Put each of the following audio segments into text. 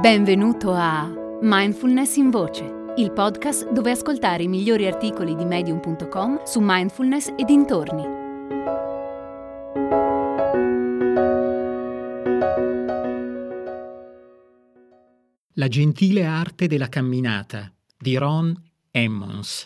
Benvenuto a Mindfulness in Voce, il podcast dove ascoltare i migliori articoli di Medium.com su mindfulness e dintorni. La gentile arte della camminata di Ron Emmons.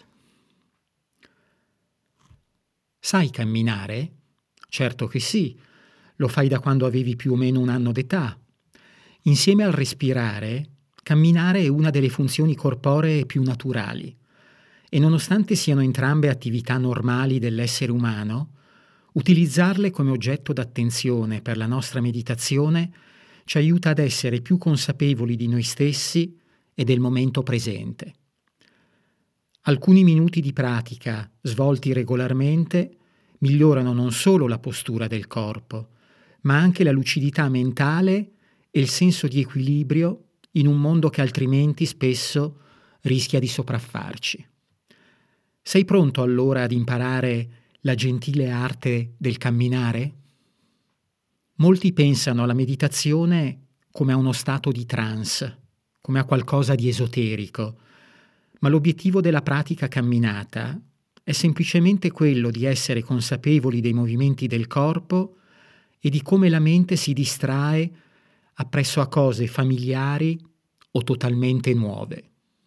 Sai camminare? Certo che sì, lo fai da quando avevi più o meno un anno d'età. Insieme al respirare, camminare è una delle funzioni corporee più naturali e nonostante siano entrambe attività normali dell'essere umano, utilizzarle come oggetto d'attenzione per la nostra meditazione ci aiuta ad essere più consapevoli di noi stessi e del momento presente. Alcuni minuti di pratica, svolti regolarmente, migliorano non solo la postura del corpo, ma anche la lucidità mentale e il senso di equilibrio in un mondo che altrimenti spesso rischia di sopraffarci. Sei pronto allora ad imparare la gentile arte del camminare? Molti pensano alla meditazione come a uno stato di trance, come a qualcosa di esoterico, ma l'obiettivo della pratica camminata è semplicemente quello di essere consapevoli dei movimenti del corpo e di come la mente si distrae appresso a cose familiari o totalmente nuove.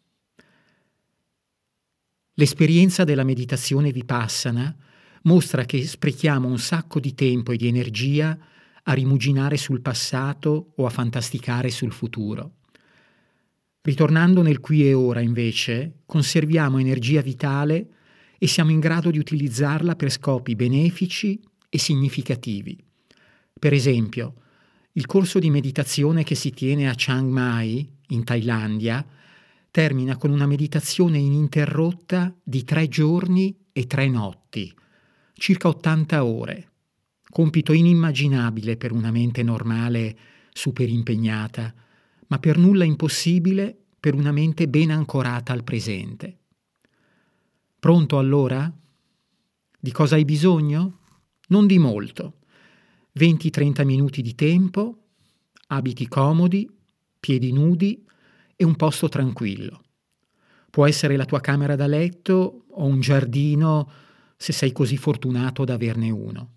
L'esperienza della meditazione vipassana mostra che sprechiamo un sacco di tempo e di energia a rimuginare sul passato o a fantasticare sul futuro. Ritornando nel qui e ora, invece, conserviamo energia vitale e siamo in grado di utilizzarla per scopi benefici e significativi. Per esempio, il corso di meditazione che si tiene a Chiang Mai, in Thailandia, termina con una meditazione ininterrotta di 3 giorni e 3 notti, circa 80 ore, compito inimmaginabile per una mente normale super impegnata, ma per nulla impossibile per una mente ben ancorata al presente. Pronto allora? Di cosa hai bisogno? Non di molto. 20-30 minuti di tempo, abiti comodi, piedi nudi e un posto tranquillo. Può essere la tua camera da letto o un giardino, se sei così fortunato ad averne uno.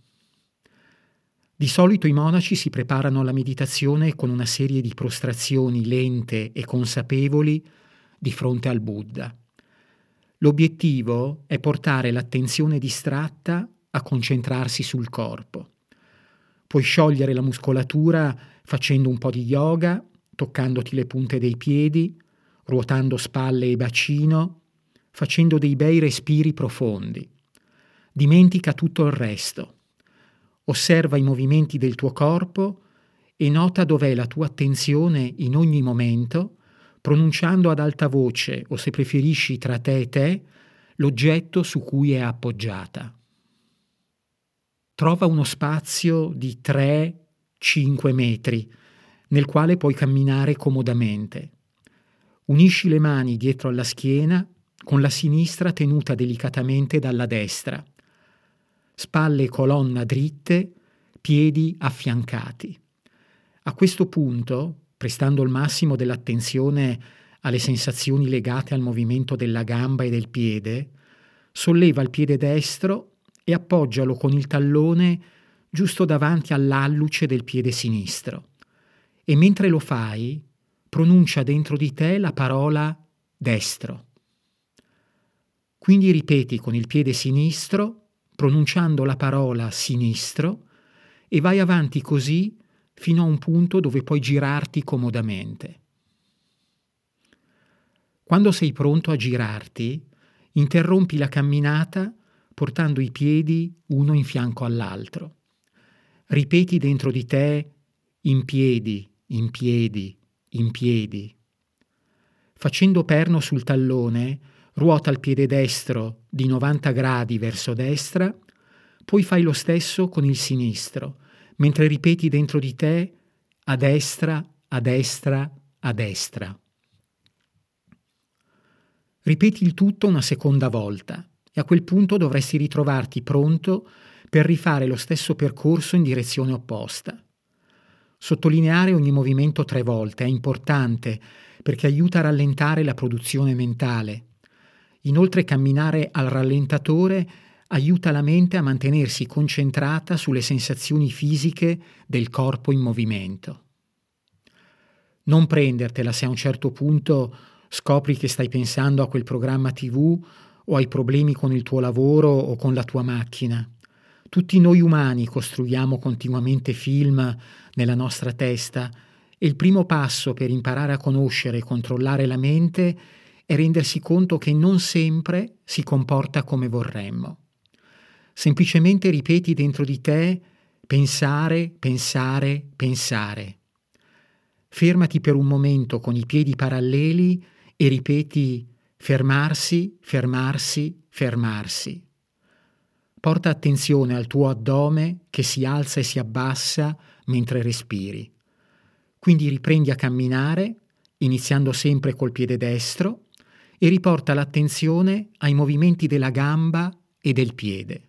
Di solito i monaci si preparano alla meditazione con una serie di prostrazioni lente e consapevoli di fronte al Buddha. L'obiettivo è portare l'attenzione distratta a concentrarsi sul corpo. Puoi sciogliere la muscolatura facendo un po' di yoga, toccandoti le punte dei piedi, ruotando spalle e bacino, facendo dei bei respiri profondi. Dimentica tutto il resto. Osserva i movimenti del tuo corpo e nota dov'è la tua attenzione in ogni momento, pronunciando ad alta voce, o se preferisci tra te e te, l'oggetto su cui è appoggiata. Trova uno spazio di 3-5 metri nel quale puoi camminare comodamente. Unisci le mani dietro alla schiena con la sinistra tenuta delicatamente dalla destra. Spalle e colonna dritte, piedi affiancati. A questo punto, prestando il massimo dell'attenzione alle sensazioni legate al movimento della gamba e del piede, solleva il piede destro e appoggialo con il tallone giusto davanti all'alluce del piede sinistro. E mentre lo fai, pronuncia dentro di te la parola destro. Quindi ripeti con il piede sinistro, pronunciando la parola sinistro, e vai avanti così fino a un punto dove puoi girarti comodamente. Quando sei pronto a girarti, interrompi la camminata portando i piedi uno in fianco all'altro. Ripeti dentro di te in piedi, in piedi, in piedi. Facendo perno sul tallone, ruota il piede destro di 90 gradi verso destra, poi fai lo stesso con il sinistro, mentre ripeti dentro di te a destra, a destra, a destra. Ripeti il tutto una seconda volta e a quel punto dovresti ritrovarti pronto per rifare lo stesso percorso in direzione opposta. Sottolineare ogni movimento 3 volte è importante perché aiuta a rallentare la produzione mentale. Inoltre camminare al rallentatore aiuta la mente a mantenersi concentrata sulle sensazioni fisiche del corpo in movimento. Non prendertela se a un certo punto scopri che stai pensando a quel programma TV o ai problemi con il tuo lavoro o con la tua macchina. Tutti noi umani costruiamo continuamente film nella nostra testa e il primo passo per imparare a conoscere e controllare la mente è rendersi conto che non sempre si comporta come vorremmo. Semplicemente ripeti dentro di te pensare, pensare, pensare. Fermati per un momento con i piedi paralleli e ripeti fermarsi, fermarsi, fermarsi. Porta attenzione al tuo addome che si alza e si abbassa mentre respiri. Quindi riprendi a camminare, iniziando sempre col piede destro, e riporta l'attenzione ai movimenti della gamba e del piede.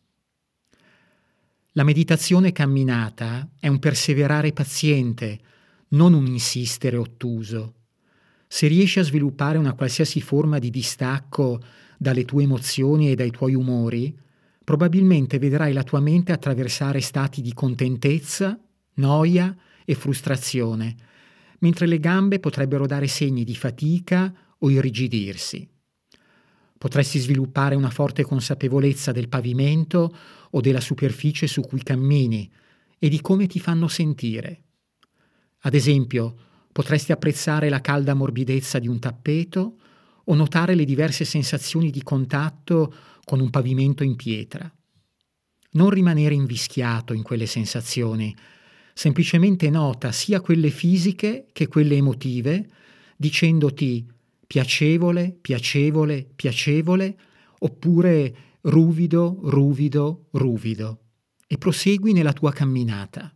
La meditazione camminata è un perseverare paziente, non un insistere ottuso. Se riesci a sviluppare una qualsiasi forma di distacco dalle tue emozioni e dai tuoi umori, probabilmente vedrai la tua mente attraversare stati di contentezza, noia e frustrazione, mentre le gambe potrebbero dare segni di fatica o irrigidirsi. Potresti sviluppare una forte consapevolezza del pavimento o della superficie su cui cammini e di come ti fanno sentire. Ad esempio, potresti apprezzare la calda morbidezza di un tappeto o notare le diverse sensazioni di contatto con un pavimento in pietra. Non rimanere invischiato in quelle sensazioni, semplicemente nota sia quelle fisiche che quelle emotive, dicendoti piacevole, piacevole, piacevole, oppure ruvido, ruvido, ruvido, e prosegui nella tua camminata.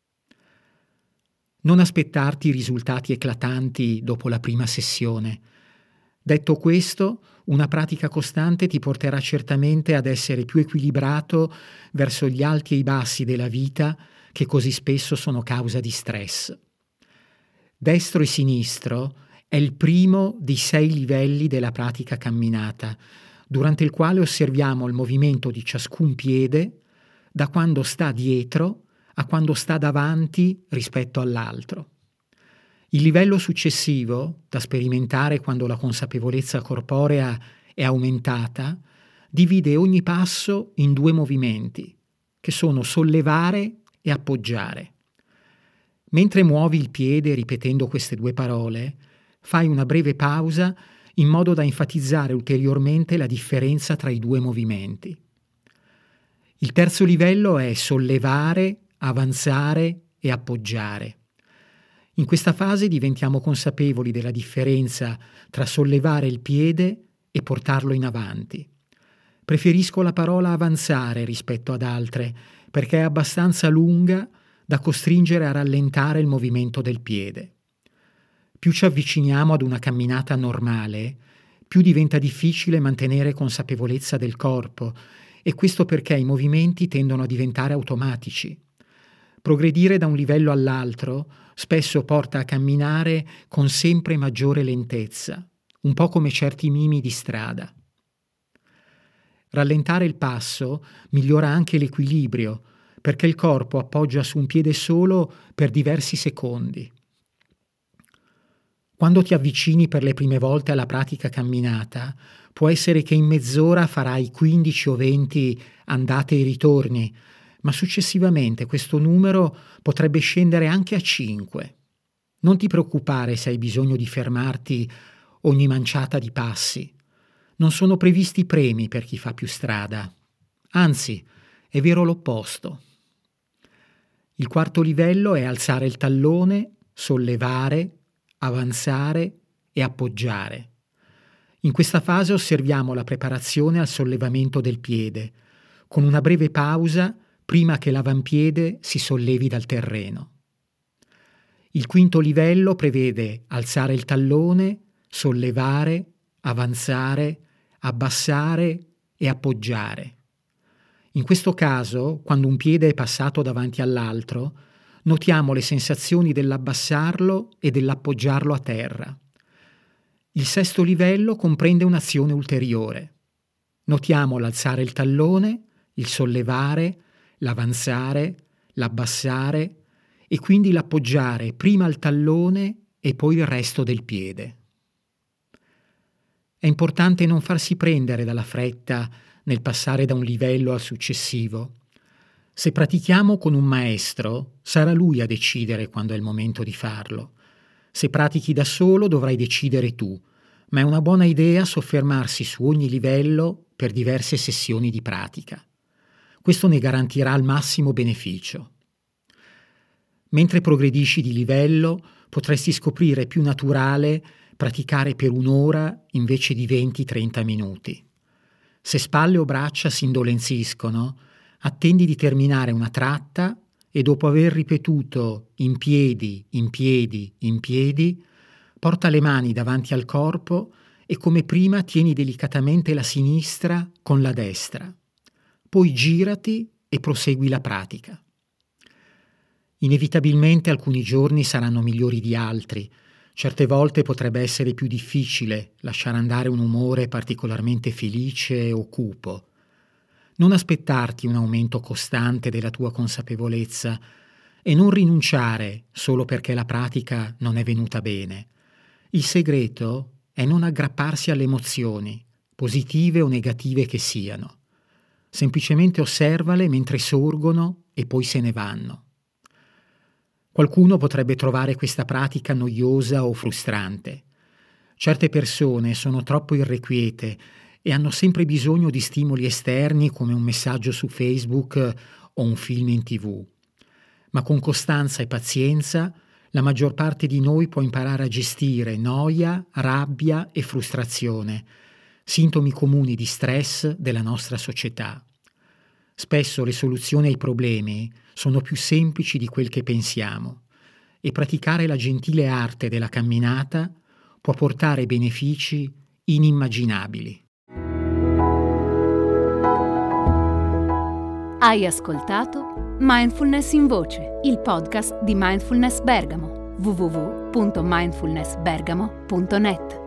Non aspettarti risultati eclatanti dopo la prima sessione. Detto questo, una pratica costante ti porterà certamente ad essere più equilibrato verso gli alti e i bassi della vita che così spesso sono causa di stress. Destro e sinistro è il primo dei 6 livelli della pratica camminata, durante il quale osserviamo il movimento di ciascun piede da quando sta dietro a quando sta davanti rispetto all'altro. Il livello successivo, da sperimentare quando la consapevolezza corporea è aumentata, divide ogni passo in 2 movimenti, che sono sollevare e appoggiare. Mentre muovi il piede ripetendo queste 2 parole, fai una breve pausa in modo da enfatizzare ulteriormente la differenza tra i 2 movimenti. Il terzo livello è sollevare, avanzare e appoggiare. In questa fase diventiamo consapevoli della differenza tra sollevare il piede e portarlo in avanti. Preferisco la parola avanzare rispetto ad altre perché è abbastanza lunga da costringere a rallentare il movimento del piede. Più ci avviciniamo ad una camminata normale, più diventa difficile mantenere consapevolezza del corpo, e questo perché i movimenti tendono a diventare automatici. Progredire da un livello all'altro spesso porta a camminare con sempre maggiore lentezza, un po' come certi mimi di strada. Rallentare il passo migliora anche l'equilibrio, perché il corpo appoggia su un piede solo per diversi secondi. Quando ti avvicini per le prime volte alla pratica camminata, può essere che in mezz'ora farai 15 o 20 andate e ritorni, ma successivamente questo numero potrebbe scendere anche a 5. Non ti preoccupare se hai bisogno di fermarti ogni manciata di passi. Non sono previsti premi per chi fa più strada. Anzi, è vero l'opposto. Il quarto livello è alzare il tallone, sollevare, avanzare e appoggiare. In questa fase osserviamo la preparazione al sollevamento del piede, con una breve pausa prima che l'avampiede si sollevi dal terreno. Il quinto livello prevede alzare il tallone, sollevare, avanzare, abbassare e appoggiare. In questo caso, quando un piede è passato davanti all'altro, Notiamo le sensazioni dell'abbassarlo e dell'appoggiarlo a terra. Il sesto livello comprende un'azione ulteriore. Notiamo l'alzare il tallone, il sollevare, l'avanzare, l'abbassare e quindi l'appoggiare prima al tallone e poi il resto del piede. È importante non farsi prendere dalla fretta nel passare da un livello al successivo. Se pratichiamo con un maestro, sarà lui a decidere quando è il momento di farlo. Se pratichi da solo, dovrai decidere tu, ma è una buona idea soffermarsi su ogni livello per diverse sessioni di pratica. Questo ne garantirà al massimo beneficio. Mentre progredisci di livello, potresti scoprire più naturale praticare per un'ora invece di 20-30 minuti. Se spalle o braccia si indolenziscono, attendi di terminare una tratta e dopo aver ripetuto in piedi, in piedi, in piedi, porta le mani davanti al corpo e come prima tieni delicatamente la sinistra con la destra. Poi girati e prosegui la pratica. Inevitabilmente alcuni giorni saranno migliori di altri. Certe volte potrebbe essere più difficile lasciare andare un umore particolarmente felice o cupo. Non aspettarti un aumento costante della tua consapevolezza e non rinunciare solo perché la pratica non è venuta bene. Il segreto è non aggrapparsi alle emozioni, positive o negative che siano. Semplicemente osservale mentre sorgono e poi se ne vanno. Qualcuno potrebbe trovare questa pratica noiosa o frustrante. Certe persone sono troppo irrequiete e hanno sempre bisogno di stimoli esterni come un messaggio su Facebook o un film in TV. Ma con costanza e pazienza la maggior parte di noi può imparare a gestire noia, rabbia e frustrazione, sintomi comuni di stress della nostra società. Spesso le soluzioni ai problemi sono più semplici di quel che pensiamo e praticare la gentile arte della camminata può portare benefici inimmaginabili. Hai ascoltato Mindfulness in Voce, il podcast di Mindfulness Bergamo, www.mindfulnessbergamo.net.